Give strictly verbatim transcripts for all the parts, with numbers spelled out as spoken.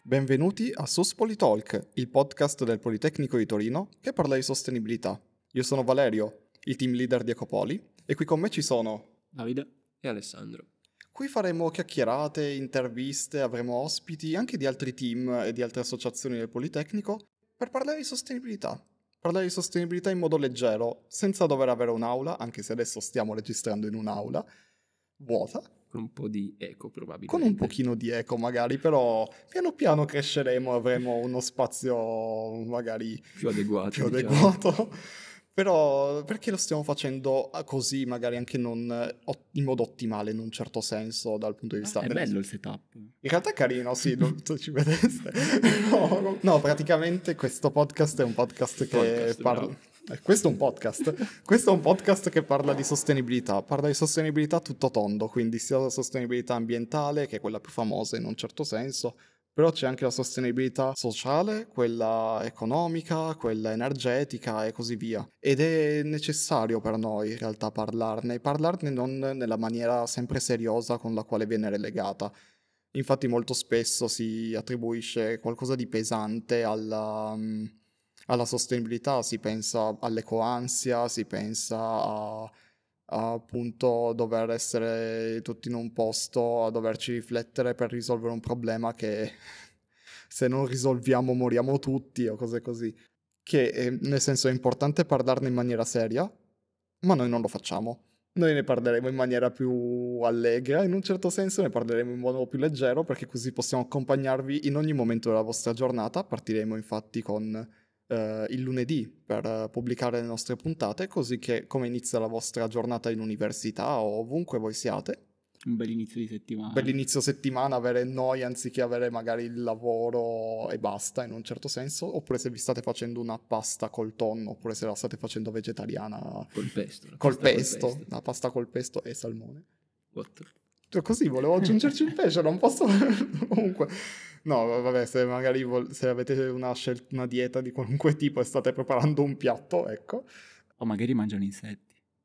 Benvenuti a Sospoli Talk, il podcast del Politecnico di Torino che parla di sostenibilità. Io sono Valerio, il team leader di Ecopoli, e qui con me ci sono Davide e Alessandro. Qui faremo chiacchierate, interviste, avremo ospiti anche di altri team e di altre associazioni del Politecnico per parlare di sostenibilità. Parlare di sostenibilità in modo leggero, senza dover avere un'aula, anche se adesso stiamo registrando in un'aula vuota. Con un po' di eco probabilmente. Con un pochino di eco magari, però piano piano cresceremo, avremo uno spazio magari più adeguato. più diciamo. adeguato. Però perché lo stiamo facendo così, magari anche non in modo ottimale in un certo senso dal punto di vista... È bello il setup. In realtà è carino, sì, non so ci vedeste. No, no, praticamente questo podcast è un podcast che Podcast, parla... bravo. Eh, questo è un podcast. Questo è un podcast che parla di sostenibilità. Parla di sostenibilità a tutto tondo, quindi sia la sostenibilità ambientale, che è quella più famosa in un certo senso, però c'è anche la sostenibilità sociale, quella economica, quella energetica e così via. Ed è necessario per noi in realtà parlarne, e parlarne non nella maniera sempre seriosa con la quale viene relegata. Infatti molto spesso si attribuisce qualcosa di pesante alla, mm, alla sostenibilità, si pensa all'ecoansia, si pensa a, a appunto dover essere tutti in un posto, a doverci riflettere per risolvere un problema che se non risolviamo moriamo tutti o cose così. Che eh, nel senso è importante parlarne in maniera seria, ma noi non lo facciamo. Noi ne parleremo in maniera più allegra, in un certo senso ne parleremo in modo più leggero, perché così possiamo accompagnarvi in ogni momento della vostra giornata. Partiremo infatti con eh, il lunedì per eh, pubblicare le nostre puntate, così che come inizia la vostra giornata in università o ovunque voi siate, Un bel inizio di settimana. per l'inizio settimana avere noi anziché avere magari il lavoro e basta in un certo senso, oppure se vi state facendo una pasta col tonno, oppure se la state facendo vegetariana Col pesto. la col pasta pesto, Col pesto. la pasta col pesto e salmone. What? Cioè, così volevo aggiungerci il pesce, non posso comunque. No, vabbè, se magari vol- se avete una, scel- una dieta di qualunque tipo e state preparando un piatto, ecco. O magari mangiano insetti.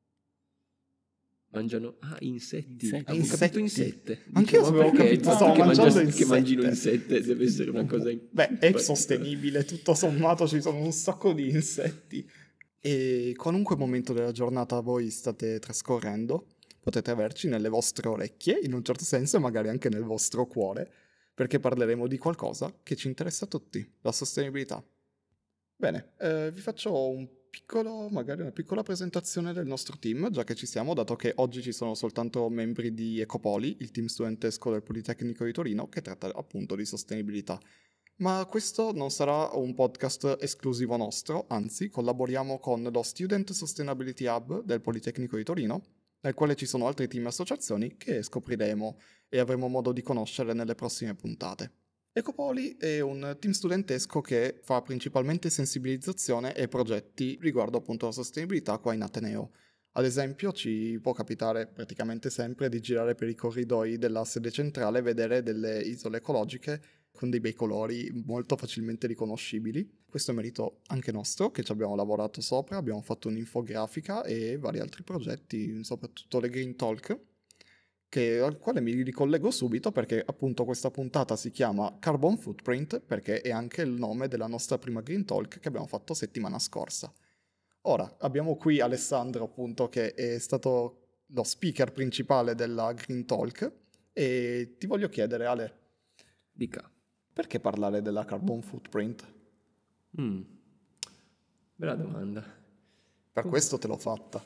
Mangiano ah, insetti. Insetti. Avevo capito Insetti. insette. Anch'io Dicevo, avevo perché capito, il stavo fatto che mangiando mangias- Che mangino insette. insette deve essere una cosa in- Beh, è particolare. sostenibile, tutto sommato ci sono un sacco di insetti. E qualunque momento della giornata voi state trascorrendo, potete averci nelle vostre orecchie, in un certo senso, e magari anche nel vostro cuore, perché parleremo di qualcosa che ci interessa a tutti, la sostenibilità. Bene, eh, vi faccio un piccolo, magari una piccola presentazione del nostro team, già che ci siamo, dato che oggi ci sono soltanto membri di Ecopoli, il team studentesco del Politecnico di Torino, che tratta appunto di sostenibilità. Ma questo non sarà un podcast esclusivo nostro, anzi collaboriamo con lo Student Sustainability Hub del Politecnico di Torino, nel quale ci sono altri team e associazioni che scopriremo e avremo modo di conoscere nelle prossime puntate. Ecopoli è un team studentesco che fa principalmente sensibilizzazione e progetti riguardo appunto la sostenibilità qua in Ateneo. Ad esempio ci può capitare praticamente sempre di girare per i corridoi della sede centrale e vedere delle isole ecologiche con dei bei colori molto facilmente riconoscibili. Questo è merito anche nostro, che ci abbiamo lavorato sopra, abbiamo fatto un'infografica e vari altri progetti, soprattutto le Green Talk, che, al quale mi ricollego subito perché appunto questa puntata si chiama Carbon Footprint perché è anche il nome della nostra prima Green Talk che abbiamo fatto settimana scorsa. Ora, abbiamo qui Alessandro appunto che è stato lo speaker principale della Green Talk e ti voglio chiedere Ale, Dica. perché parlare della carbon footprint? Mm. Bella domanda. Per questo te l'ho fatta.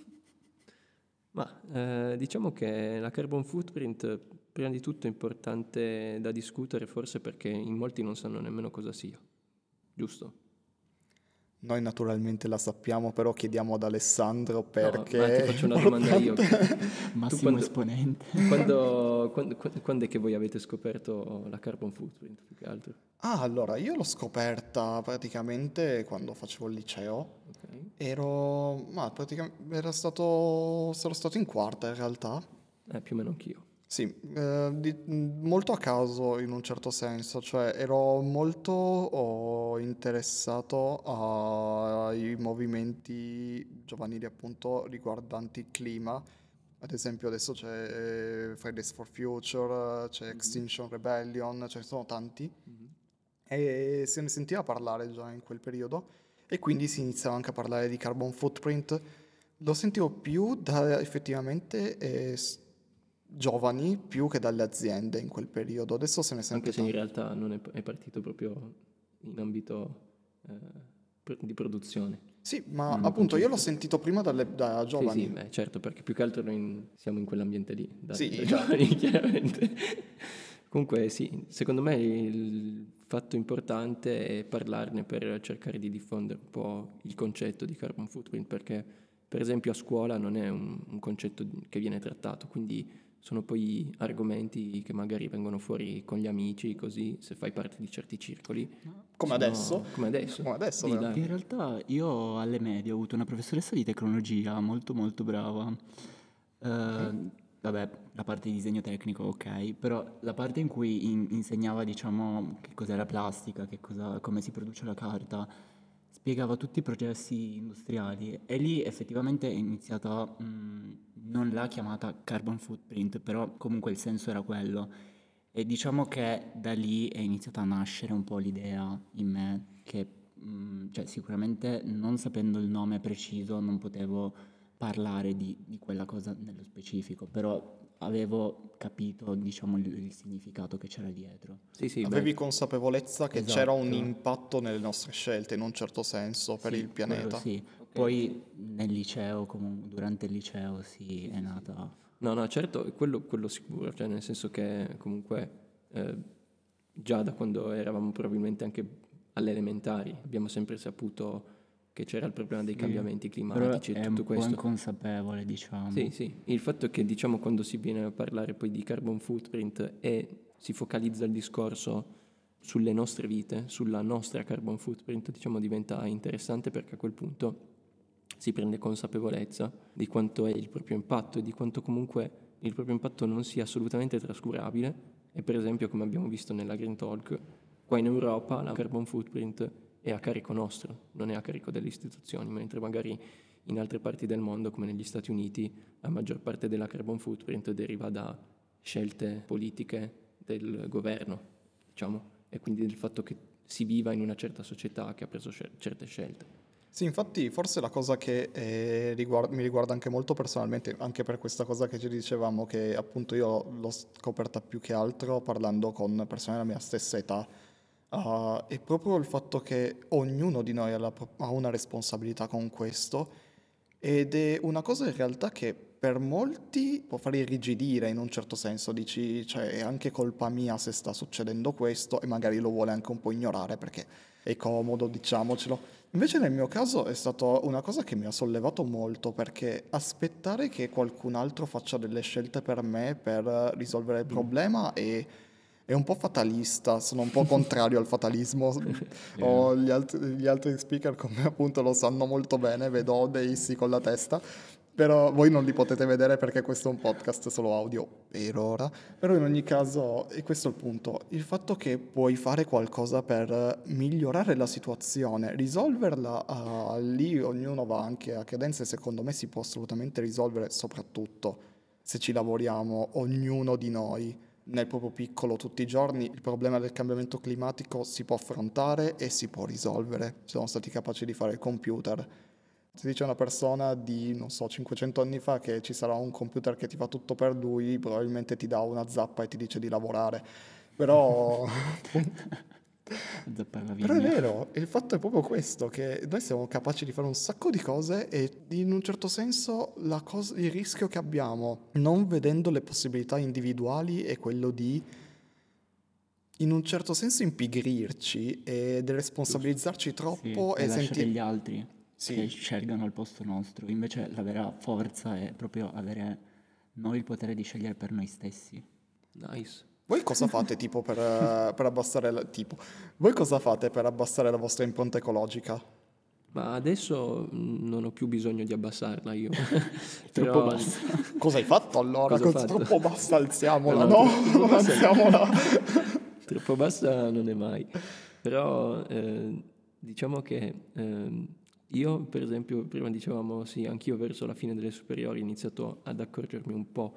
Ma eh, diciamo che la carbon footprint prima di tutto è importante da discutere forse perché in molti non sanno nemmeno cosa sia, giusto? Noi naturalmente la sappiamo, però chiediamo ad Alessandro perché... No, ma ti faccio una domanda io. Massimo Tu quando- esponente. Quando, quando, quando è che voi avete scoperto la carbon footprint più che altro? Ah, allora, io l'ho scoperta praticamente quando facevo il liceo. Ok. Ero... ma praticamente era stato... sarò stato in quarta in realtà. Eh, più o meno anch'io. Sì, eh, di- molto a caso in un certo senso, cioè ero molto oh, interessato ai movimenti giovanili appunto riguardanti il clima. Ad esempio adesso c'è eh, Fridays for Future, c'è Extinction Rebellion, ce ne sono tanti. e se ne sentiva parlare già in quel periodo e quindi si iniziava anche a parlare di carbon footprint. Lo sentivo più da effettivamente eh, s- giovani più che dalle aziende in quel periodo. Adesso se ne sente Anche se in tanto. realtà non è, è partito proprio in ambito eh, pr- di produzione. Sì, ma Non lo appunto io l'ho capisco. sentito prima dalle- da Sì, sì, giovani. beh, certo, perché più che altro noi in- siamo in quell'ambiente lì, da, Sì, da giovani, chiaramente. Comunque sì, secondo me il fatto importante è parlarne per cercare di diffondere un po' il concetto di carbon footprint, perché per esempio a scuola non è un, un concetto che viene trattato, quindi sono poi argomenti che magari vengono fuori con gli amici, così, se fai parte di certi circoli, come se no, adesso. come adesso. Come adesso, Di, vero? dai. In realtà io alle medie ho avuto una professoressa di tecnologia molto molto brava. Eh, vabbè, la parte di disegno tecnico, ok, però la parte in cui in- insegnava, diciamo, che cos'è la plastica, che cosa, come si produce la carta, spiegava tutti i processi industriali e lì effettivamente è iniziata, mh, non l'ha chiamata carbon footprint, però comunque il senso era quello. E diciamo che da lì è iniziata a nascere un po' l'idea in me che, mh, cioè sicuramente non sapendo il nome preciso non potevo parlare di, di quella cosa nello specifico, però avevo capito, diciamo, il, il significato che c'era dietro. Sì, sì, Avevi beh, consapevolezza che c'era un Esatto, impatto nelle nostre scelte, in un certo senso, per il sì, quello pianeta. sì. Poi nel liceo, comunque, durante il liceo, sì, è nata... no, no, certo, quello, quello sicuro, cioè nel senso che comunque eh, già da quando eravamo probabilmente anche alle elementari abbiamo sempre saputo che c'era il problema dei Sì, cambiamenti però climatici e è tutto un po' questo. inconsapevole, Sì, diciamo. sì, il fatto è che diciamo quando si viene a parlare poi di carbon footprint e si focalizza il discorso sulle nostre vite, sulla nostra carbon footprint, diciamo diventa interessante perché a quel punto si prende consapevolezza di quanto è il proprio impatto e di quanto comunque il proprio impatto non sia assolutamente trascurabile e per esempio come abbiamo visto nella Green Talk, qua in Europa la carbon footprint è a carico nostro, non è a carico delle istituzioni, mentre magari in altre parti del mondo, come negli Stati Uniti, la maggior parte della carbon footprint deriva da scelte politiche del governo, diciamo, e quindi del fatto che si viva in una certa società che ha preso scel- certe scelte. Sì, infatti forse la cosa che eh, riguard- mi riguarda anche molto personalmente, anche per questa cosa che ci dicevamo, che appunto io l'ho scoperta più che altro parlando con persone della mia stessa età, ah, è proprio il fatto che ognuno di noi ha, la pro- ha una responsabilità con questo ed è una cosa in realtà che per molti può fare irrigidire in un certo senso, dici, cioè è anche colpa mia se sta succedendo questo e magari lo vuole anche un po' ignorare perché è comodo, diciamocelo. Invece nel mio caso è stata una cosa che mi ha sollevato molto perché aspettare che qualcun altro faccia delle scelte per me per risolvere il problema è, è un po' fatalista, sono un po' contrario al fatalismo. Vero. O gli, alt- gli altri speaker con me appunto lo sanno molto bene, vedo dei sì con la testa, però voi non li potete vedere perché questo è un podcast solo audio per ora. Però in ogni caso, e questo è il punto, il fatto che puoi fare qualcosa per migliorare la situazione, risolverla, ah, lì ognuno va anche a cadenze, secondo me si può assolutamente risolvere, soprattutto se ci lavoriamo, ognuno di noi, nel proprio piccolo, tutti i giorni, il problema del cambiamento climatico si può affrontare e si può risolvere. Siamo stati capaci di fare il computer. Se dice una persona di, non so, cinquecento anni fa che ci sarà un computer che ti fa tutto per lui, probabilmente ti dà una zappa e ti dice di lavorare. Però, Zappa alla però è vigna. vero, il fatto è proprio questo, che noi siamo capaci di fare un sacco di cose e in un certo senso la cosa- il rischio che abbiamo, non vedendo le possibilità individuali, è quello di, in un certo senso, impigrirci e responsabilizzarci Sì, troppo e e lasciare sentire... gli altri che Sì. scelgano al posto nostro. Invece la vera forza è proprio avere noi il potere di scegliere per noi stessi. Nice. Voi cosa fate tipo per, eh, per abbassare la, tipo, voi cosa fate per abbassare la vostra impronta ecologica? Ma adesso mm, non ho più bisogno di abbassarla io, Troppo però basta. Cosa hai fatto allora? cosa ho Cos- fatto? troppo bassa, No, alziamola, no, no? tro- troppo Non bassa, alziamola. troppo bassa non è mai. Però eh, diciamo che ehm, io, per esempio, prima dicevamo sì, anch'io verso la fine delle superiori ho iniziato ad accorgermi un po'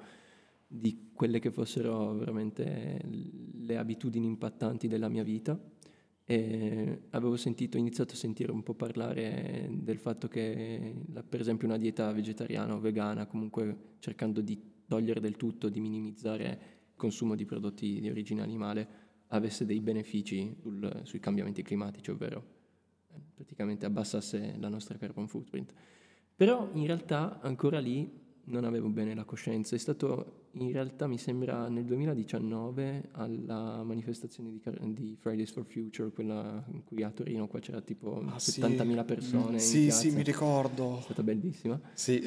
di quelle che fossero veramente le abitudini impattanti della mia vita E avevo sentito, iniziato a sentire un po' parlare del fatto che, la- per esempio, una dieta vegetariana o vegana, comunque cercando di togliere del tutto, di minimizzare il consumo di prodotti di origine animale, avesse dei benefici sul- sui cambiamenti climatici, ovvero eh, praticamente abbassasse la nostra carbon footprint. Però in realtà ancora lì non avevo bene la coscienza. È stato in realtà, mi sembra, nel duemiladiciannove alla manifestazione di, Car- di Fridays for Future, quella in cui a Torino qua c'era tipo Ah sì, settantamila persone in sì, sì, mi piazza. È ricordo. stata bellissima. Sì,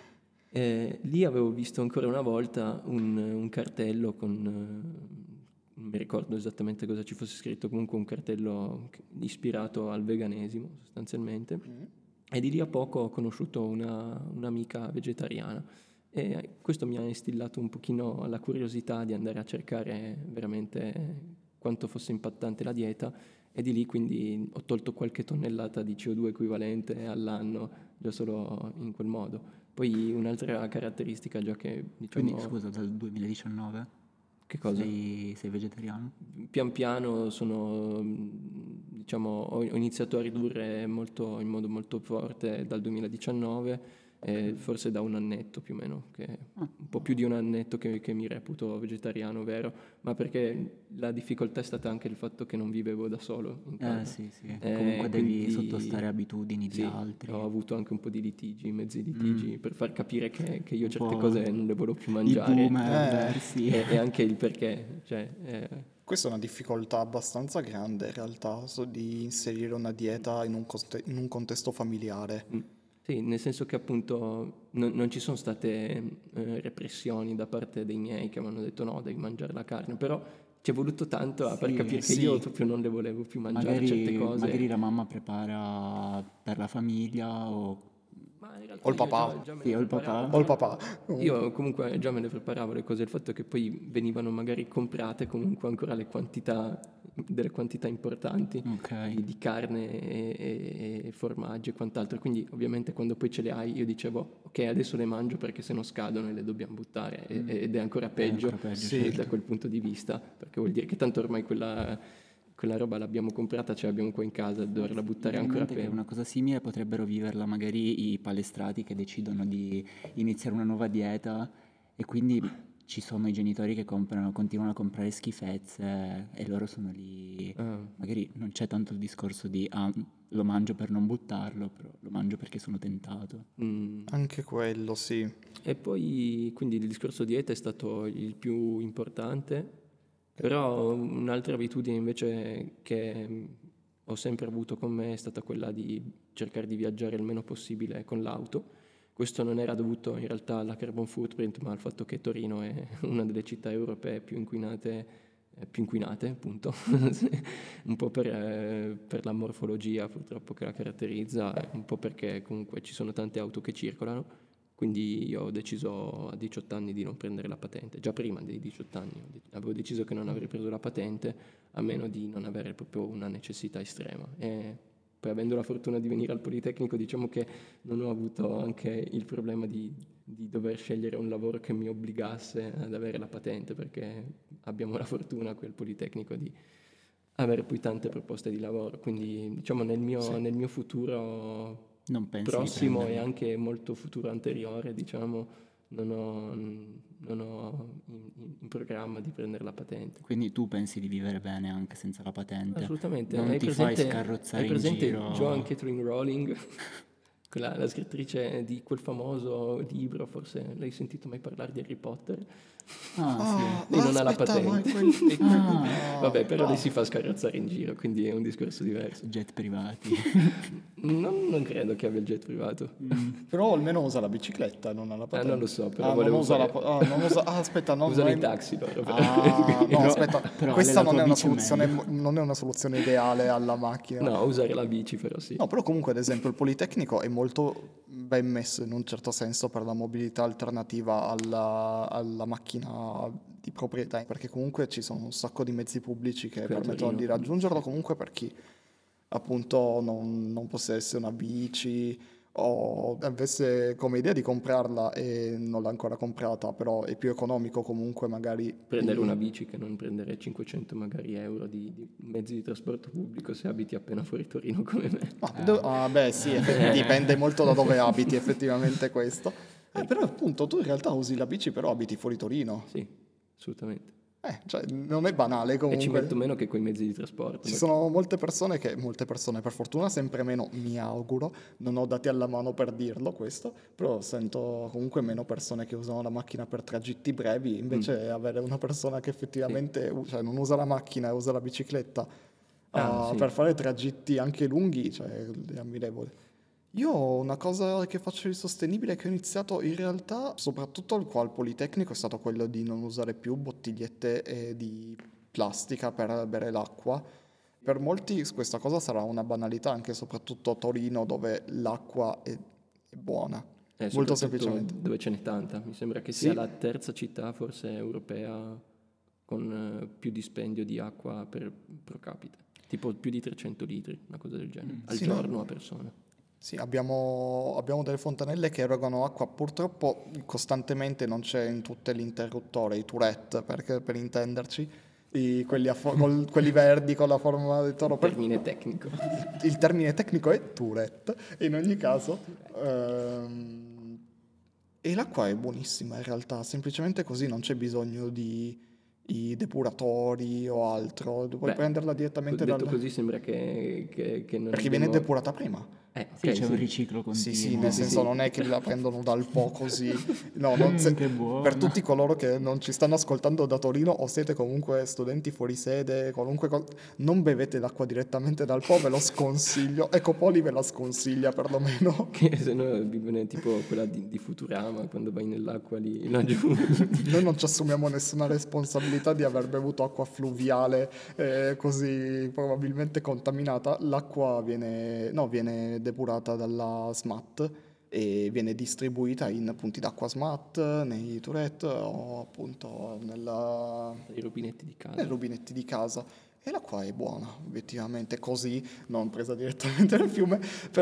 E lì avevo visto ancora una volta un, un cartello con, eh, non mi ricordo esattamente cosa ci fosse scritto, comunque un cartello che- ispirato al veganesimo sostanzialmente. E di lì a poco ho conosciuto una, un'amica vegetariana e questo mi ha instillato un pochino la curiosità di andare a cercare veramente quanto fosse impattante la dieta, e di lì quindi ho tolto qualche tonnellata di C O due equivalente all'anno già solo in quel modo. Poi un'altra caratteristica, già che Quindi, diciamo, scusa, dal duemiladiciannove che cosa? sei, sei vegetariano? Pian piano sono, mh, diciamo, ho ho iniziato a ridurre molto, in modo molto forte dal duemiladiciannove, e forse da un annetto più o meno, che Ah, un po' più di un annetto che, che mi reputo vegetariano, vero? Ma perché la difficoltà è stata anche il fatto che non vivevo da solo in eh casa. sì, sì. Eh, Comunque devi sottostare quindi a abitudini di sì, altri. ho avuto anche un po' di litigi, mezzi Mm, litigi, per far capire che, che io un certe po' cose non le volevo più i mangiare, boomer eh, avversi. e, e anche il perché. Cioè, eh, questa è una difficoltà abbastanza grande in realtà, so, di inserire una dieta in un, conte- in un contesto familiare. Mm. Sì, nel senso che appunto non, non ci sono state eh, repressioni da parte dei miei che mi hanno detto no, devi mangiare la carne, però ci è voluto tanto a far Sì, capire che io Sì, proprio non le volevo più mangiare certe magari, magari cose. la mamma prepara per la famiglia o... Ma in o realtà il io papà, già, già me Sì, le o il preparavo, papà. o il però papà, comunque. io comunque già me le preparavo le cose, il fatto è che poi venivano magari comprate comunque ancora le quantità, delle quantità importanti Ok. di, di carne e, e- e formaggi e quant'altro, quindi ovviamente quando poi ce le hai io dicevo ok, adesso le mangio perché se no scadono e le dobbiamo buttare, e- ed è ancora È peggio ancora peggio, Sì, eh, da certo. quel punto di vista, perché vuol dire che tanto ormai quella, quella roba l'abbiamo comprata, ce l'abbiamo qua in casa, Eh doverla sì, mi buttare viene in ancora mente che peggio. una cosa simile potrebbero viverla magari i palestrati che decidono di iniziare una nuova dieta e quindi ci sono i genitori che comprano, continuano a comprare schifezze e loro sono lì. Ah. Magari non c'è tanto il discorso di ah, lo mangio per non buttarlo, però lo mangio perché sono tentato. Mm. anche quello, sì. E poi quindi il discorso dieta è stato il più importante, però un'altra abitudine invece che mm, ho sempre avuto con me è stata quella di cercare di viaggiare il meno possibile con l'auto. Questo non era dovuto in realtà alla carbon footprint, ma al fatto che Torino è una delle città europee più inquinate, eh, più inquinate, appunto, un po' per, eh, per la morfologia purtroppo che la caratterizza, e un po' perché comunque ci sono tante auto che circolano. Quindi io ho deciso a diciotto anni di non prendere la patente, già prima dei diciotto anni ho de- avevo deciso che non avrei preso la patente a meno di non avere proprio una necessità estrema. E poi, avendo la fortuna di venire al Politecnico, diciamo che non ho avuto anche il problema di, di dover scegliere un lavoro che mi obbligasse ad avere la patente, perché abbiamo la fortuna qui al Politecnico di avere poi tante proposte di lavoro. Quindi diciamo nel mio, Sì. nel mio futuro Non pensi di prossimo e prenderla? anche molto futuro anteriore, diciamo, non ho, non ho in, in- in programma di prendere la patente. Quindi tu pensi di vivere bene anche senza la patente? Assolutamente. Non Hai ti fai presente, hai scarrozzare in presente Joan giro? Catherine Rowling? Quella, la scrittrice di quel famoso libro, forse l'hai sentito mai parlare di Harry Potter? Ah, sì. Ah, Lei non ha la aspetta, ma è patente. quel... è quel- Ah, Vabbè, ah, però lei ah. si fa scarrozzare in giro, quindi è un discorso diverso. jet privati. Non, non credo che abbia il jet privato. Mm. Però almeno usa la bicicletta, non ha la Ah, non lo patente. so, però Ah, non volevo usa la... usare... pa- Ah, non usa... Ah, aspetta, no, non Usano è... i taxi loro, però. Ah, no, No, aspetta, Però Ale, questa la non tua è una bici è soluzione, meglio. non è una soluzione ideale alla macchina. no, usare la bici però sì. No, però comunque ad esempio il Politecnico è molto ben messo in un certo senso per la mobilità alternativa alla, alla macchina di proprietà, perché comunque ci sono un sacco di mezzi pubblici che Qui a permettono di Torino. raggiungerlo comunque per chi appunto non, non possesse una bici o avesse come idea di comprarla e non l'ha ancora comprata, però è più economico comunque magari Prendere di- una bici che non prendere cinquecento magari euro di, di mezzi di trasporto pubblico se abiti appena fuori Torino come me. Ma do- ah, beh, sì, effe- dipende molto da dove abiti effettivamente questo. Eh, però appunto tu in realtà usi la bici, però abiti fuori Torino. Sì, assolutamente. Eh, cioè, non è banale E ci comunque. metto meno che coi mezzi di trasporto. Ci perché- sono molte persone che, molte persone, per fortuna sempre meno, mi auguro, non ho dati alla mano per dirlo questo, però sento comunque meno persone che usano la macchina per tragitti brevi, invece avere una persona che effettivamente u- cioè, non usa la macchina e usa la bicicletta Ah, ah, sì. per fare tragitti anche lunghi, cioè, è ammirevole. Io ho una cosa che faccio di sostenibile che ho iniziato in realtà, soprattutto al qua al Politecnico, è stato quello di non usare più bottigliette eh, di plastica per bere l'acqua. Per molti questa cosa sarà una banalità, anche e soprattutto a Torino, dove l'acqua è, è buona. Eh, Molto soprattutto semplicemente. dove ce n'è tanta. Mi sembra che sia Sì, la terza città, forse europea, con eh, più dispendio di acqua per pro capite. Tipo più di trecento litri, una cosa del genere, al sì, no. giorno a persona. Sì, abbiamo, abbiamo delle fontanelle che erogano acqua, purtroppo costantemente non c'è in tutte l'interruttore, i Tourette, perché, per intenderci, i- quelli, a fo- col- quelli verdi con la forma di toro. Per- Termine tecnico. il termine tecnico è Tourette, e in ogni caso... ehm, e l'acqua è buonissima in realtà, semplicemente così non c'è bisogno di i depuratori o altro, puoi Beh, prenderla direttamente detto dal... così sembra che, che- che non perché viene abbiamo... depurata prima. Eh, Sì, ok, c'è un sì. riciclo Sì, sì, continuo. nel Sì, senso sì. non è che la prendono dal po' così. No, non se- Mm, che buono. per tutti coloro che non ci stanno ascoltando da Torino o siete comunque studenti fuori sede, qualunque cosa, non bevete l'acqua direttamente dal po', ve lo sconsiglio. Ecco, Poli ve la sconsiglia perlomeno. Che se no viene tipo quella di, di Futurama, quando vai nell'acqua lì laggiù. Noi non ci assumiamo nessuna responsabilità di aver bevuto acqua fluviale eh, così probabilmente contaminata. L'acqua viene, no, viene depurata dalla S M A T e viene distribuita in punti d'acqua S M A T, nei Tourette o appunto nella, I rubinetti di nei casa. rubinetti di casa. E l'acqua è buona, obiettivamente, così, non presa direttamente dal fiume,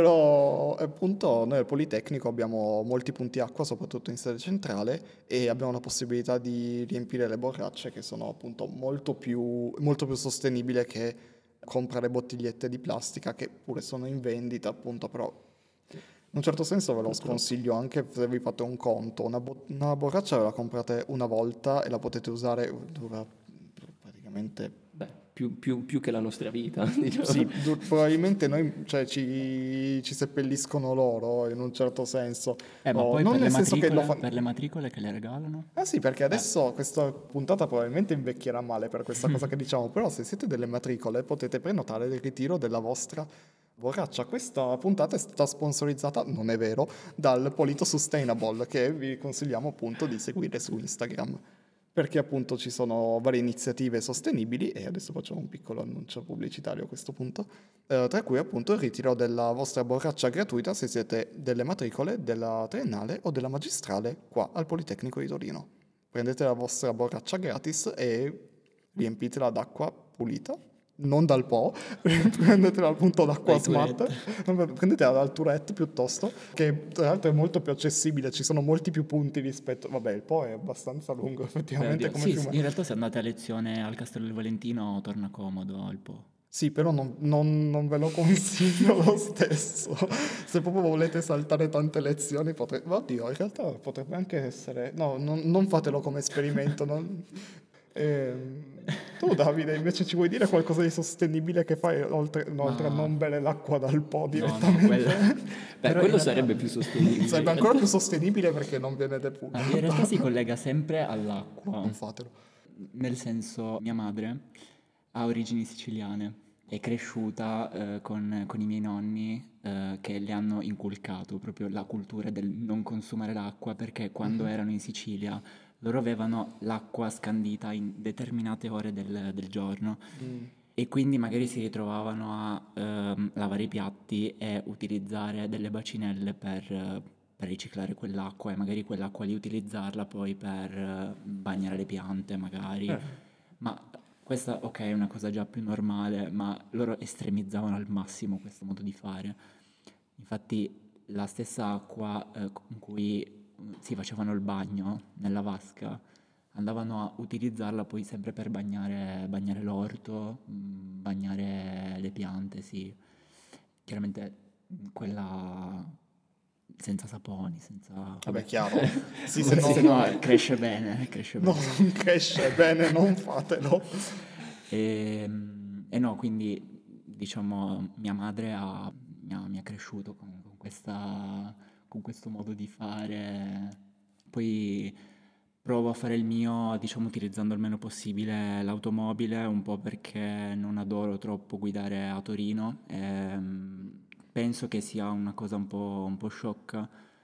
però appunto noi al Politecnico abbiamo molti punti acqua, soprattutto in sede centrale, e abbiamo la possibilità di riempire le borracce che sono appunto molto più, molto più sostenibile che comprare bottigliette di plastica che pure sono in vendita, appunto, però in un certo senso ve lo sconsiglio anche se vi fate un conto. Una, bo- una borraccia ve la comprate una volta e la potete usare, dura praticamente... Beh, più, più- più che la nostra vita, diciamo. Sì, du- probabilmente noi, cioè, ci, ci seppelliscono loro in un certo senso. Eh, ma Oh, poi non per le, nel senso che lo matricole, fanno... per le matricole che le regalano? Ah sì, perché adesso questa puntata probabilmente invecchierà male per questa cosa che diciamo, però se siete delle matricole potete prenotare il ritiro della vostra borraccia. Questa puntata è stata sponsorizzata, non è vero, dal Polito Sustainable, che vi consigliamo appunto di seguire su Instagram, perché appunto ci sono varie iniziative sostenibili, e adesso facciamo un piccolo annuncio pubblicitario a questo punto, eh, tra cui appunto il ritiro della vostra borraccia gratuita se siete delle matricole della triennale o della magistrale qua al Politecnico di Torino. Prendete la vostra borraccia gratis e riempitela d'acqua pulita, non dal Po, prendetela appunto d'acqua Dai smart, prendetela dal Tourette piuttosto, che tra l'altro è molto più accessibile, ci sono molti più punti rispetto... Vabbè, il Po è abbastanza lungo Beh, effettivamente oddio, come sì, fiume. in realtà se andate a lezione al Castello del Valentino torna comodo al Po'. Sì, però non, non- non ve lo consiglio lo stesso. Se proprio volete saltare tante lezioni, potrebbe... Oddio, in realtà potrebbe anche essere... No, non, non fatelo come esperimento. non- Ehm, Tu, Davide, invece ci vuoi dire qualcosa di sostenibile che fai oltre, no, oltre a Ma- non bere l'acqua dal Po No, no, direttamente? quello... Beh, Però in quello realtà- sarebbe più sostenibile. Sarebbe ancora più sostenibile perché non viene Ah, depurata. in realtà si collega sempre all'acqua. Non fatelo. Nel senso, mia madre ha origini siciliane, è cresciuta eh, con, con i miei nonni eh, che le hanno inculcato proprio la cultura del non consumare l'acqua perché quando erano in Sicilia loro avevano l'acqua scandita in determinate ore del, del giorno e quindi magari si ritrovavano a ehm, lavare i piatti e utilizzare delle bacinelle per, eh, per riciclare quell'acqua e magari quell'acqua lì utilizzarla poi per eh, bagnare le piante magari. Ma questa, ok, è una cosa già più normale, ma loro estremizzavano al massimo questo modo di fare. Infatti la stessa acqua eh, con cui mm, si facevano il bagno nella vasca, andavano a utilizzarla poi sempre per bagnare, bagnare l'orto, mm, bagnare le piante, sì. Chiaramente mm, quella senza saponi, senza... Vabbè, vabbè. chiaro. Sì, Se se no, no cresce bene, cresce no, bene. non cresce bene, non fatelo. E, e no, quindi diciamo mia madre ha- mi ha, mi ha cresciuto con, con questa, con questo modo di fare. Poi provo a fare il mio, diciamo, utilizzando il meno possibile l'automobile, un po' perché non adoro troppo guidare a Torino. Ehm, penso che sia una cosa un po', un po' sciocca.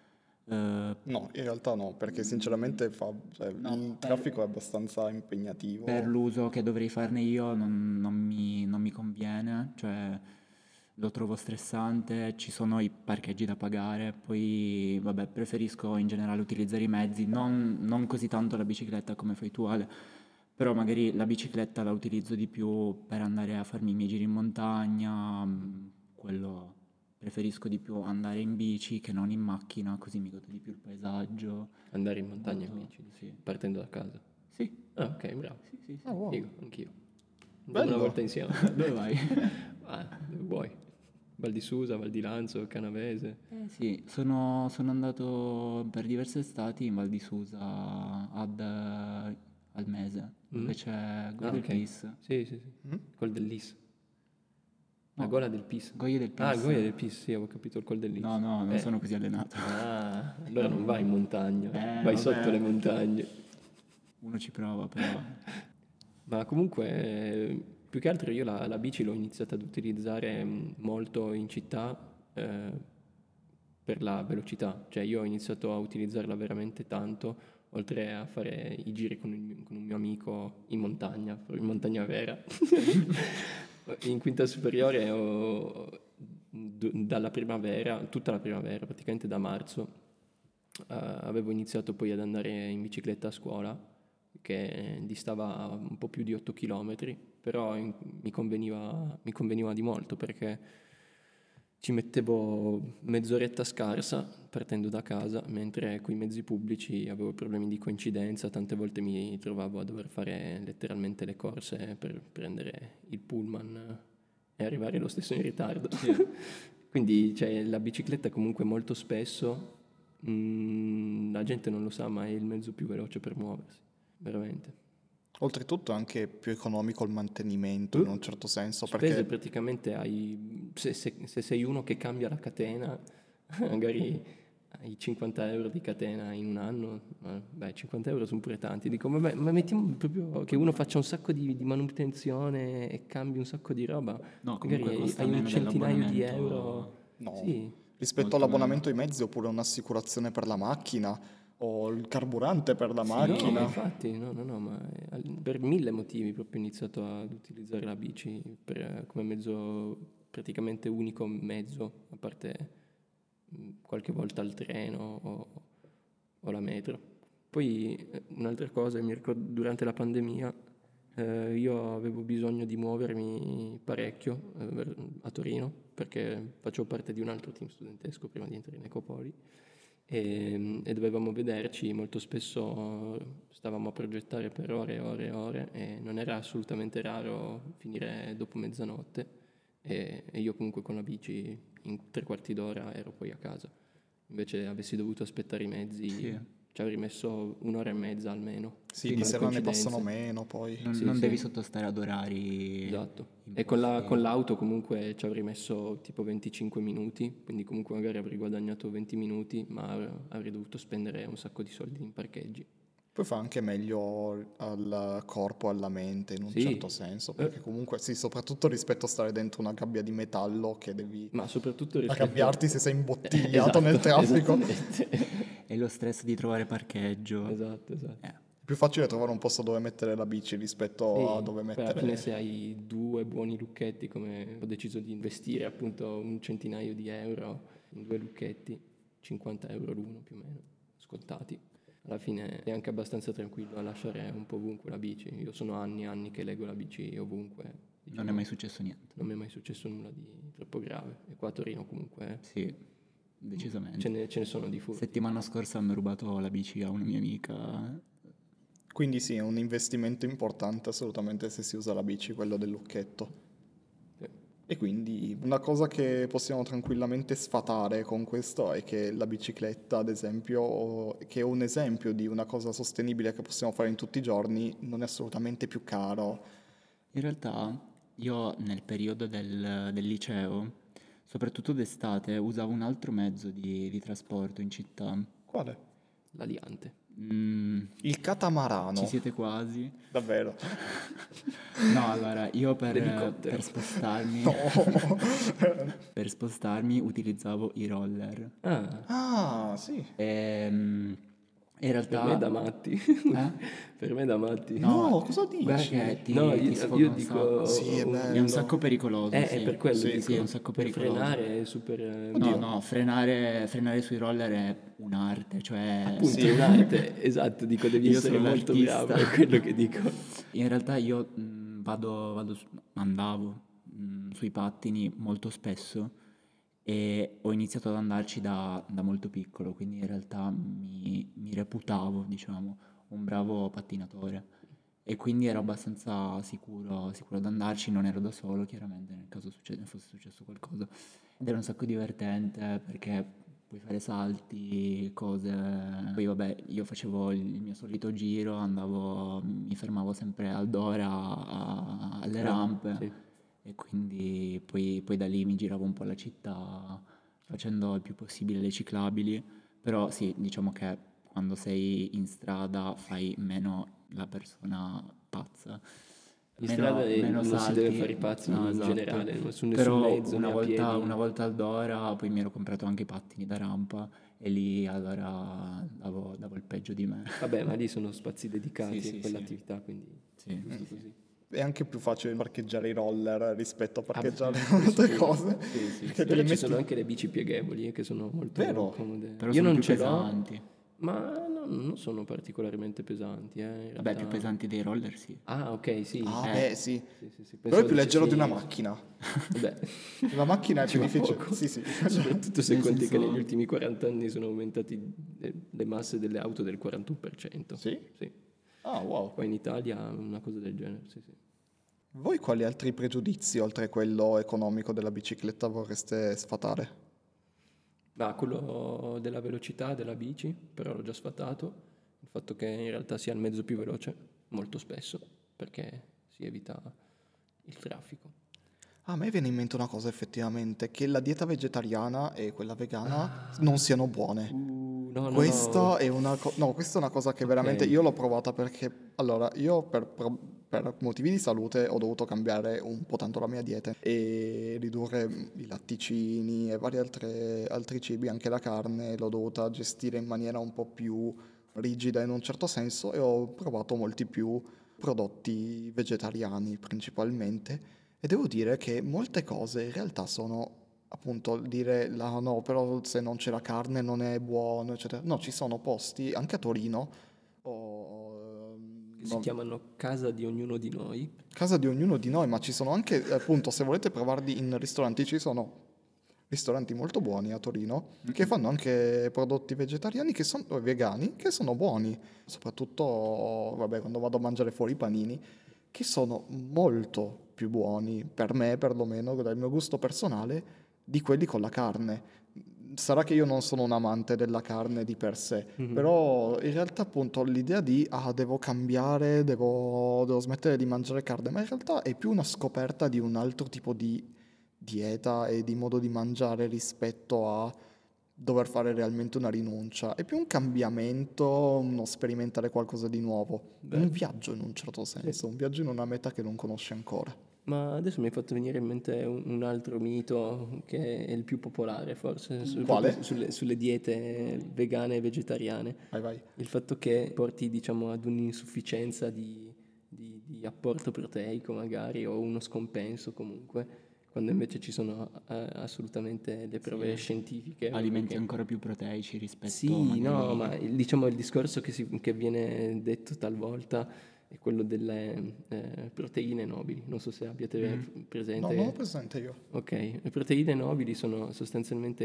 Eh, No, in realtà no, perché sinceramente fa, cioè, no, il per, traffico è abbastanza per impegnativo. l'uso che dovrei farne io non, non mi, non mi conviene, cioè lo trovo stressante, ci sono i parcheggi da pagare, poi vabbè preferisco in generale utilizzare i mezzi, non, non così tanto la bicicletta come fai tu Ale, però magari la bicicletta la utilizzo di più per andare a farmi i miei giri in montagna, mm, quello preferisco di più andare in bici che non in macchina, così mi godo di più il paesaggio. Andare in montagna in Molto- bici, dici, sì. partendo da casa. Sì, Ah, ok, bravo. sì, sì, sì. Ah, wow. Figo, anch'io. Andiamo una Bello. volta insieme. Dove vai? Ah, dove vuoi? Val di Susa, Val di Lanzo, Canavese. Eh sì, sono, sono andato per diverse estati in Val di Susa ad, eh, al mese, Mm? dove c'è Goi Ah, del ok. Pis. Sì, sì, sì. Mm? Col del Lis. La No, gola del Pis. Goie del Ah, Pis. Goia del Pis, sì, avevo capito il col del Lis. No, no, non Eh. sono così allenato. Ah, allora non vai in montagna, Eh, vai vabbè. sotto le montagne. Uno ci prova però. Ma comunque, eh, più che altro io la, la bici l'ho iniziata ad utilizzare mm, molto in città eh, per la velocità. Cioè io ho iniziato a utilizzarla veramente tanto, oltre a fare i giri con, il- con un mio amico in montagna, in montagna vera. In quinta superiore ho, d- dalla primavera, tutta la primavera, praticamente da marzo, eh, avevo iniziato poi ad andare in bicicletta a scuola, che distava un po' più di otto chilometri, però in- mi conveniva, mi conveniva di molto perché ci mettevo mezz'oretta scarsa partendo da casa, mentre con i mezzi pubblici avevo problemi di coincidenza, tante volte mi trovavo a dover fare letteralmente le corse per prendere il pullman e arrivare lo stesso in ritardo. Quindi cioè, la bicicletta comunque molto spesso, mm, la gente non lo sa, ma è il mezzo più veloce per muoversi, veramente. Oltretutto è anche più economico il mantenimento in un certo senso, Spese perché praticamente hai, se, se- se sei uno che cambia la catena, magari hai cinquanta euro di catena in un anno, ma, beh, cinquanta euro sono pure tanti. Dico, vabbè, ma mettiamo proprio che uno faccia un sacco di, di manutenzione e cambi un sacco di roba, No, magari comunque hai, costa hai un meno centinaio di dell'abbonamento. euro. no, Sì, rispetto Molto all'abbonamento meno. ai mezzi oppure un'assicurazione per la macchina o il carburante per la Sì, no, ma macchina. infatti, no, no, no, ma è- al- per mille motivi proprio ho iniziato ad utilizzare la bici per- come mezzo praticamente unico mezzo, a parte mh, qualche volta il treno o, o la metro. Poi eh, un'altra cosa, mi ricordo durante la pandemia eh, io avevo bisogno di muovermi parecchio eh, ver- a Torino perché facevo parte di un altro team studentesco prima di entrare in Ecopoli e, e dovevamo vederci, molto spesso stavamo a progettare per ore e ore e ore e non era assolutamente raro finire dopo mezzanotte e, e io comunque con la bici in tre quarti d'ora ero poi a casa. Invece avessi dovuto aspettare i mezzi, Sì. ci avrei messo un'ora e mezza almeno. Sì, E di con le sera ne passano coincidenze. meno poi. Non, Sì, non devi sì. sottostare ad orari Esatto. E con, la- imposti. con l'auto comunque ci avrei messo tipo venticinque minuti, quindi comunque magari avrei guadagnato venti minuti, ma avrei dovuto spendere un sacco di soldi in parcheggi. Poi fa anche meglio al corpo, alla mente in un certo Sì, senso, eh, perché comunque sì, soprattutto rispetto a stare dentro una gabbia di metallo che devi ma soprattutto rispetto... arrabbiarti se sei Eh, imbottigliato esatto, nel traffico. esattamente. E lo stress di trovare parcheggio. Esatto, esatto. Eh, È più facile trovare un posto dove mettere la bici rispetto a Sì, dove poi alla fine se mettere... hai due buoni lucchetti, come ho deciso di investire appunto un centinaio di euro in due lucchetti, cinquanta euro l'uno più o meno, scontati. Alla fine è anche abbastanza tranquillo a lasciare un po' ovunque la bici. Io sono anni e anni che leggo la bici ovunque. non Diciamo, è mai successo niente. non mi è mai successo nulla di troppo grave. E qua a Torino comunque Sì. decisamente. Ce ne, ce ne sono di furti. Settimana scorsa hanno rubato la bici a una mia amica. Quindi sì, è un investimento importante assolutamente se si usa la bici, quello del lucchetto. Sì. E quindi una cosa che possiamo tranquillamente sfatare con questo è che la bicicletta, ad esempio, che è un esempio di una cosa sostenibile che possiamo fare in tutti i giorni, non è assolutamente più caro. In realtà io nel periodo del, del liceo, soprattutto d'estate, usavo un altro mezzo di, di trasporto in città. Quale? L'aliante. Mm, Il catamarano. ci siete quasi? Davvero? No, allora, io per, L'elicottero. per spostarmi, No. per spostarmi utilizzavo i roller. Ah, Ah, sì. Ehm, in realtà... per me è da matti. Eh? Per me è da matti. No, No, cosa dici? guarda che ti, No, ti io, sfoga io un dico... sacco. Sì, è un- bello. È un sacco pericoloso, Eh, sì. è per quello Sì. dico. Sì, è un sacco per pericoloso. frenare è super... eh, No, no, frenare, frenare sui roller è un'arte, cioè... Appunto, Sì. è un'arte, esatto, dico devi Io essere sono molto l'artista. bravo, è quello che dico. In realtà io mh, vado, vado su- andavo mh, sui pattini molto spesso e ho iniziato ad andarci da, da molto piccolo, quindi in realtà mi, mi reputavo, diciamo, un bravo pattinatore e quindi ero abbastanza sicuro, sicuro ad andarci, non ero da solo chiaramente nel caso succe- fosse successo qualcosa ed era un sacco divertente perché puoi fare salti, cose. Poi vabbè, io facevo il mio solito giro, andavo, mi fermavo sempre al Dora, a- alle Ah, rampe sì. e quindi poi, poi da lì mi giravo un po' la città facendo il più possibile le ciclabili, però sì, diciamo che quando sei in strada fai meno la persona pazza. In Meno, strada eh, meno non si deve salti, fare i pazzi no, in esatto. generale, ma su nessun Però mezzo una né a volta, piedi. una volta al Dora poi mi ero comprato anche i pattini da rampa e lì allora davo, davo il peggio di me. Vabbè, ma lì sono spazi dedicati Sì, sì, a quell'attività, quindi Sì, giusto sì. così. È anche più facile parcheggiare i roller rispetto a Ah, parcheggiare beh, altre sicuro. cose. Sì, sì, Che sì. te Però li ci sono metti... anche le bici pieghevoli eh, che sono molto Vero? comode. Però Io sono non più ce pesanti. l'ho, ma no, non sono particolarmente pesanti, eh, in Vabbè, più realtà. pesanti dei roller, sì. Ah, ok, sì. Ah, Eh. beh, sì. Sì, sì, sì, Però è pensavo più leggero di una dicessi- macchina. Vabbè, La macchina è ci più va difficile. poco. Sì, sì. Soprattutto se Nel conti che senso- negli ultimi quaranta anni sono aumentati le, le masse delle auto del quarantuno per cento. Sì? Sì. Ah, wow. Qua in Italia una cosa del genere, sì, sì. Voi quali altri pregiudizi, oltre a quello economico della bicicletta, vorreste sfatare? Ma quello della velocità della bici, però l'ho già sfatato, il fatto che in realtà sia il mezzo più veloce, molto spesso, perché si evita il traffico. A me viene in mente una cosa effettivamente, che la dieta vegetariana e quella vegana non siano buone. Uh, no, no, Questa no. è una, co- no, questa è una cosa che Ok. veramente io l'ho provata perché, allora, io per, pro- per motivi di salute ho dovuto cambiare un po' tanto la mia dieta e ridurre mm, i latticini e vari altre- altri cibi, anche la carne, l'ho dovuta gestire in maniera un po' più rigida in un certo senso e ho provato molti più prodotti vegetariani principalmente e devo dire che molte cose in realtà sono appunto dire la no, però se non c'è la carne non è buono, eccetera. No, ci sono posti anche a Torino o ehm, Che si non- chiamano casa di ognuno di noi. casa di ognuno di noi, ma ci sono anche appunto se volete provarli in ristoranti ci sono ristoranti molto buoni a Torino che fanno anche prodotti vegetariani che sono vegani che sono buoni, soprattutto vabbè, quando vado a mangiare fuori i panini che sono molto più buoni per me, perlomeno dal mio gusto personale, di quelli con la carne. Sarà che io non sono un amante della carne di per sé, Mhm. però in realtà appunto l'idea di ah, devo cambiare, devo, devo smettere di mangiare carne, ma in realtà è più una scoperta di un altro tipo di dieta e di modo di mangiare rispetto a dover fare realmente una rinuncia. È più un cambiamento, uno sperimentare qualcosa di nuovo, Beh, un viaggio in un certo senso, un viaggio in una meta che non conosci ancora. ma adesso mi hai fatto venire in mente un, un altro mito che è il più popolare forse, su- Quale? proprio sulle, sulle diete vegane e vegetariane. Vai, vai. Il fatto che porti, diciamo, ad un'insufficienza di, di- di apporto proteico magari o uno scompenso comunque, quando invece ci sono eh, assolutamente le prove scientifiche. Alimenti perché- ancora più proteici rispetto Sì, no, magari... ma il, diciamo il discorso che, si- che viene detto talvolta è quello delle eh, proteine nobili. Non so se abbiate No, presente. non ho presente io. Ok, le proteine nobili sono sostanzialmente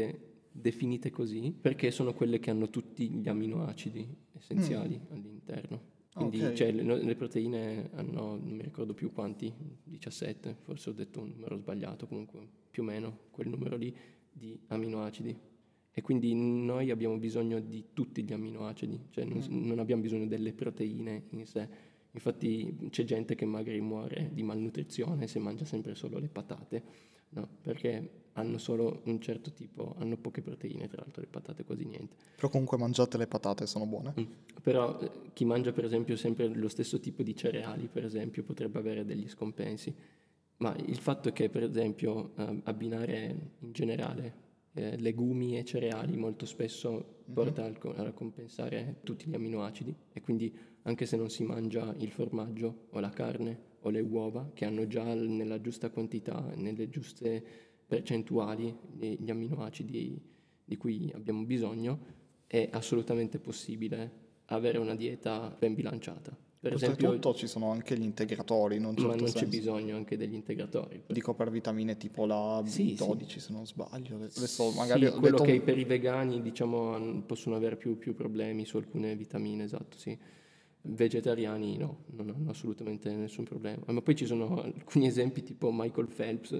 definite così perché sono quelle che hanno tutti gli amminoacidi essenziali Mm. all'interno. Quindi Ok. cioè, le, no- le proteine hanno, non mi ricordo più quanti, diciassette, forse ho detto un numero sbagliato, comunque più o meno quel numero lì di amminoacidi. E quindi noi abbiamo bisogno di tutti gli amminoacidi, cioè non, Mm. non abbiamo bisogno delle proteine in sé. Infatti c'è gente che magari muore di malnutrizione se mangia sempre solo le patate, no? Perché hanno solo un certo tipo, hanno poche proteine, tra l'altro le patate quasi niente. Però comunque mangiate le patate, sono buone. Mm. Però eh, chi mangia per esempio sempre lo stesso tipo di cereali, per esempio, potrebbe avere degli scompensi. Ma il fatto è che, per esempio, eh, abbinare in generale eh, legumi e cereali molto spesso porta al co- a compensare tutti gli amminoacidi e quindi anche se non si mangia il formaggio o la carne o le uova, che hanno già l- nella giusta quantità, nelle giuste percentuali gli gli amminoacidi di cui abbiamo bisogno, è assolutamente possibile avere una dieta ben bilanciata. Per esempio, Oltretutto ci sono anche gli integratori in un ma certo non c'è senso. bisogno anche degli integratori. per- Dico per vitamine tipo la Sì, B sì. dodici se non sbaglio. Adesso magari Sì, ho quello detto che un- per i vegani, diciamo, han- possono avere più, più problemi su alcune vitamine, esatto, sì. Vegetariani no, non hanno assolutamente nessun problema. Ma poi ci sono alcuni esempi tipo Michael Phelps,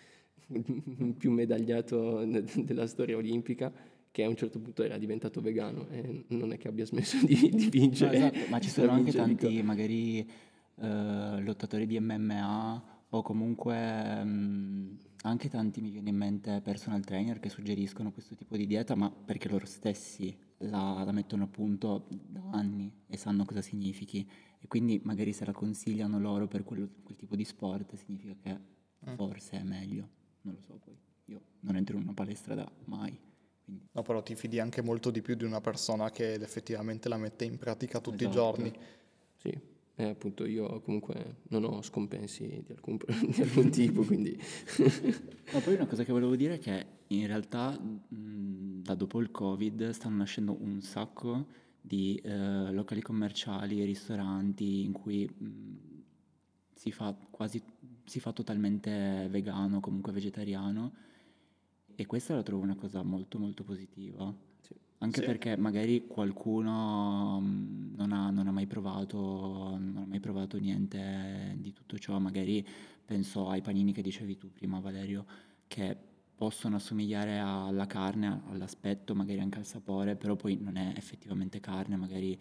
il più medagliato de- della storia olimpica, che a un certo punto era diventato vegano e non è che abbia smesso di, di No, vincere, esatto, ma ci a sono anche vincere, dico. tanti magari eh, lottatori di M M A o comunque mm, anche tanti, mi viene in mente, personal trainer che suggeriscono questo tipo di dieta, ma perché loro stessi la, la mettono a punto da anni e sanno cosa significhi. E quindi magari se la consigliano loro per quello- quel tipo di sport significa che forse è meglio. Non lo so poi. Io non entro in una palestra da mai. Quindi, No, però ti fidi anche molto di più di una persona che effettivamente la mette in pratica tutti i esatto. giorni. Sì, e appunto io comunque non ho scompensi di alcun, di alcun tipo, quindi No, poi una cosa che volevo dire è che in realtà mh, da dopo il Covid stanno nascendo un sacco di eh, locali commerciali e ristoranti in cui mh, si fa quasi, si fa totalmente vegano, comunque vegetariano, e questa la trovo una cosa molto molto positiva. sì. Anche Sì. perché magari qualcuno mh, non ha, non ha mai provato, non ha mai provato niente di tutto ciò, magari penso ai panini che dicevi tu prima, Valerio, che possono assomigliare alla carne, all'aspetto, magari anche al sapore, però poi non è effettivamente carne, magari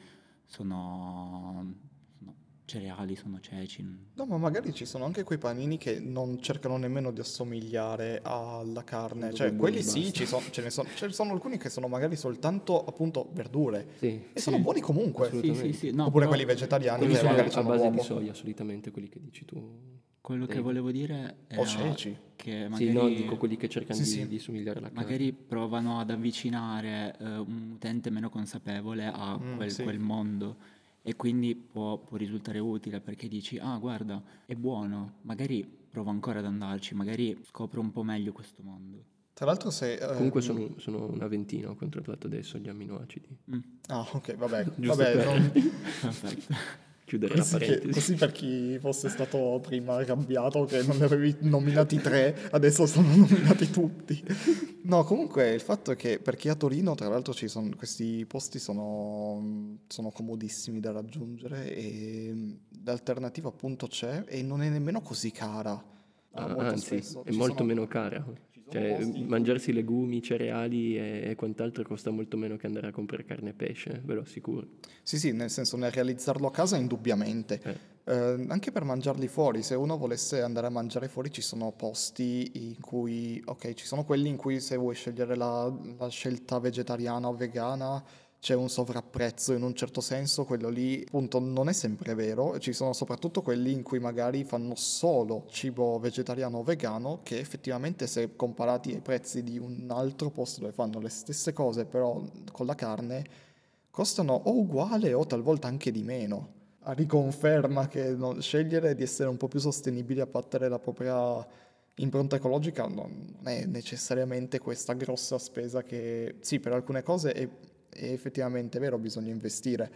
sono, sono cereali, sono ceci. No, ma magari ci sono anche quei panini che non cercano nemmeno di assomigliare alla carne. Sono Cioè, proprio quelli buoni, sì, basta. ci son- ce ne sono, ce ne sono alcuni che sono magari soltanto appunto verdure. Sì, E sono buoni comunque. Sì, sì, assolutamente. sì, no, Oppure però quelli vegetariani Quelli che sono magari a sono base di l'uovo. soia solitamente, quelli che dici tu, quello che Dave. volevo dire O era ceci. che Sì, no, dico magari... quelli che cercano Sì, di, sì. di somigliare alla carne. Magari provano ad avvicinare eh, un utente meno consapevole a Mm, quel, sì. quel mondo e quindi può, può risultare utile perché dici, ah guarda, è buono, magari provo ancora ad andarci, magari scopro un po' meglio questo mondo. Tra l'altro se... Comunque ehm, sono, sono una ventina, ho controllato adesso gli amminoacidi. Mm, Ah, ok, vabbè. Giusto Vabbè, per non- perfetto. chiudere la Così, che- parentesi. così per chi fosse stato prima arrabbiato che non ne avevi nominati tre, adesso sono nominati tutti. No, comunque il fatto è che per chi a Torino, tra l'altro, ci sono, questi posti sono, sono comodissimi da raggiungere e l'alternativa appunto c'è e non è nemmeno così cara. Ah, Ah, molto anzi, spesso. è Ci molto sono- meno cara. Cioè, posti in cui- mangiarsi legumi, cereali e, e quant'altro costa molto meno che andare a comprare carne e pesce, ve lo assicuro. Sì, sì, nel senso nel realizzarlo a casa indubbiamente. Eh, Eh, anche per mangiarli fuori, se uno volesse andare a mangiare fuori ci sono posti in cui, ok, ci sono quelli in cui se vuoi scegliere la, la scelta vegetariana o vegana c'è un sovrapprezzo in un certo senso, quello lì appunto non è sempre vero, ci sono soprattutto quelli in cui magari fanno solo cibo vegetariano o vegano che effettivamente se comparati ai prezzi di un altro posto dove fanno le stesse cose però con la carne costano o uguale o talvolta anche di meno. A riconferma che no- scegliere di essere un po' più sostenibili a battere la propria impronta ecologica non è necessariamente questa grossa spesa che sì, per alcune cose è, è effettivamente vero, bisogna investire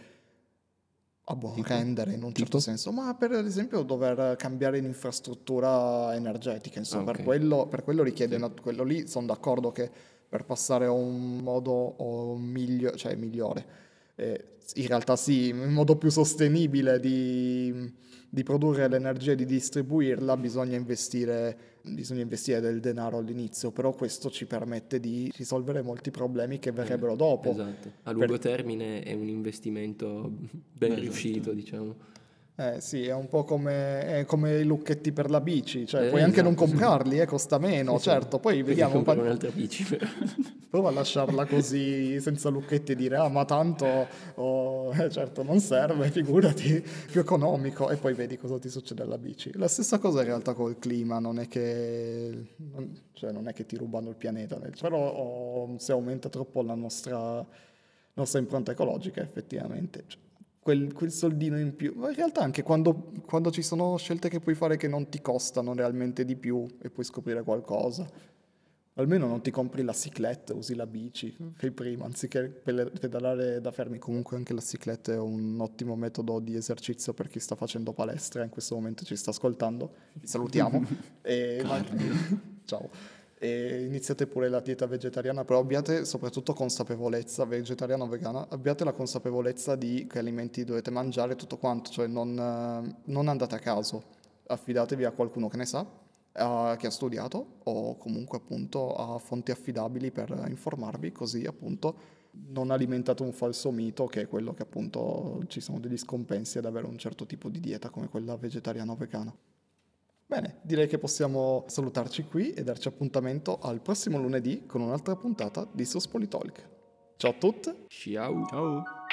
a buon tipo? rendere in un certo Tipo? senso, ma per esempio dover cambiare l'infrastruttura energetica, Ah, insomma, per ok. quello, per quello richiede, Sì. una- quello lì sono d'accordo che per passare a un modo o miglio- cioè migliore, eh, in realtà sì, un modo più sostenibile di, di produrre l'energia e di distribuirla, bisogna investire, bisogna investire del denaro all'inizio, però questo ci permette di risolvere molti problemi che verrebbero dopo. Esatto, a Per- lungo termine è un investimento ben Esatto. riuscito, diciamo. Eh sì, è un po' come, è come i lucchetti per la bici, cioè Eh, puoi anche non esatto. comprarli, eh, costa meno, Sì, sì. certo, poi Perché vediamo, comprare fa- un'altra bici però. prova a lasciarla così senza lucchetti e dire ah ma tanto, oh, eh, certo non serve, figurati, più economico e poi vedi cosa ti succede alla bici. La stessa cosa in realtà col clima, non è che, non, cioè, non è che ti rubano il pianeta, nel- però oh, se aumenta troppo la nostra, nostra impronta ecologica effettivamente. Cioè, Quel, quel soldino in più, ma in realtà anche quando, quando ci sono scelte che puoi fare che non ti costano realmente di più e puoi scoprire qualcosa, almeno non ti compri la ciclette, usi la bici, fai prima, anziché pele- pedalare da fermi. Comunque anche la cicletta è un ottimo metodo di esercizio per chi sta facendo palestra, in questo momento ci sta ascoltando, vi salutiamo. E ma- Ciao. E iniziate pure la dieta vegetariana, però abbiate soprattutto consapevolezza, vegetariana o vegana, abbiate la consapevolezza di che alimenti dovete mangiare e tutto quanto, cioè non, eh, non andate a caso, affidatevi a qualcuno che ne sa, eh, che ha studiato o comunque appunto a fonti affidabili per informarvi, così appunto non alimentate un falso mito che è quello che appunto ci sono degli scompensi ad avere un certo tipo di dieta come quella vegetariana o vegana. Bene, direi che possiamo salutarci qui e darci appuntamento al prossimo lunedì con un'altra puntata di Sospolitalk. Ciao a tutte! Ciao. Ciao.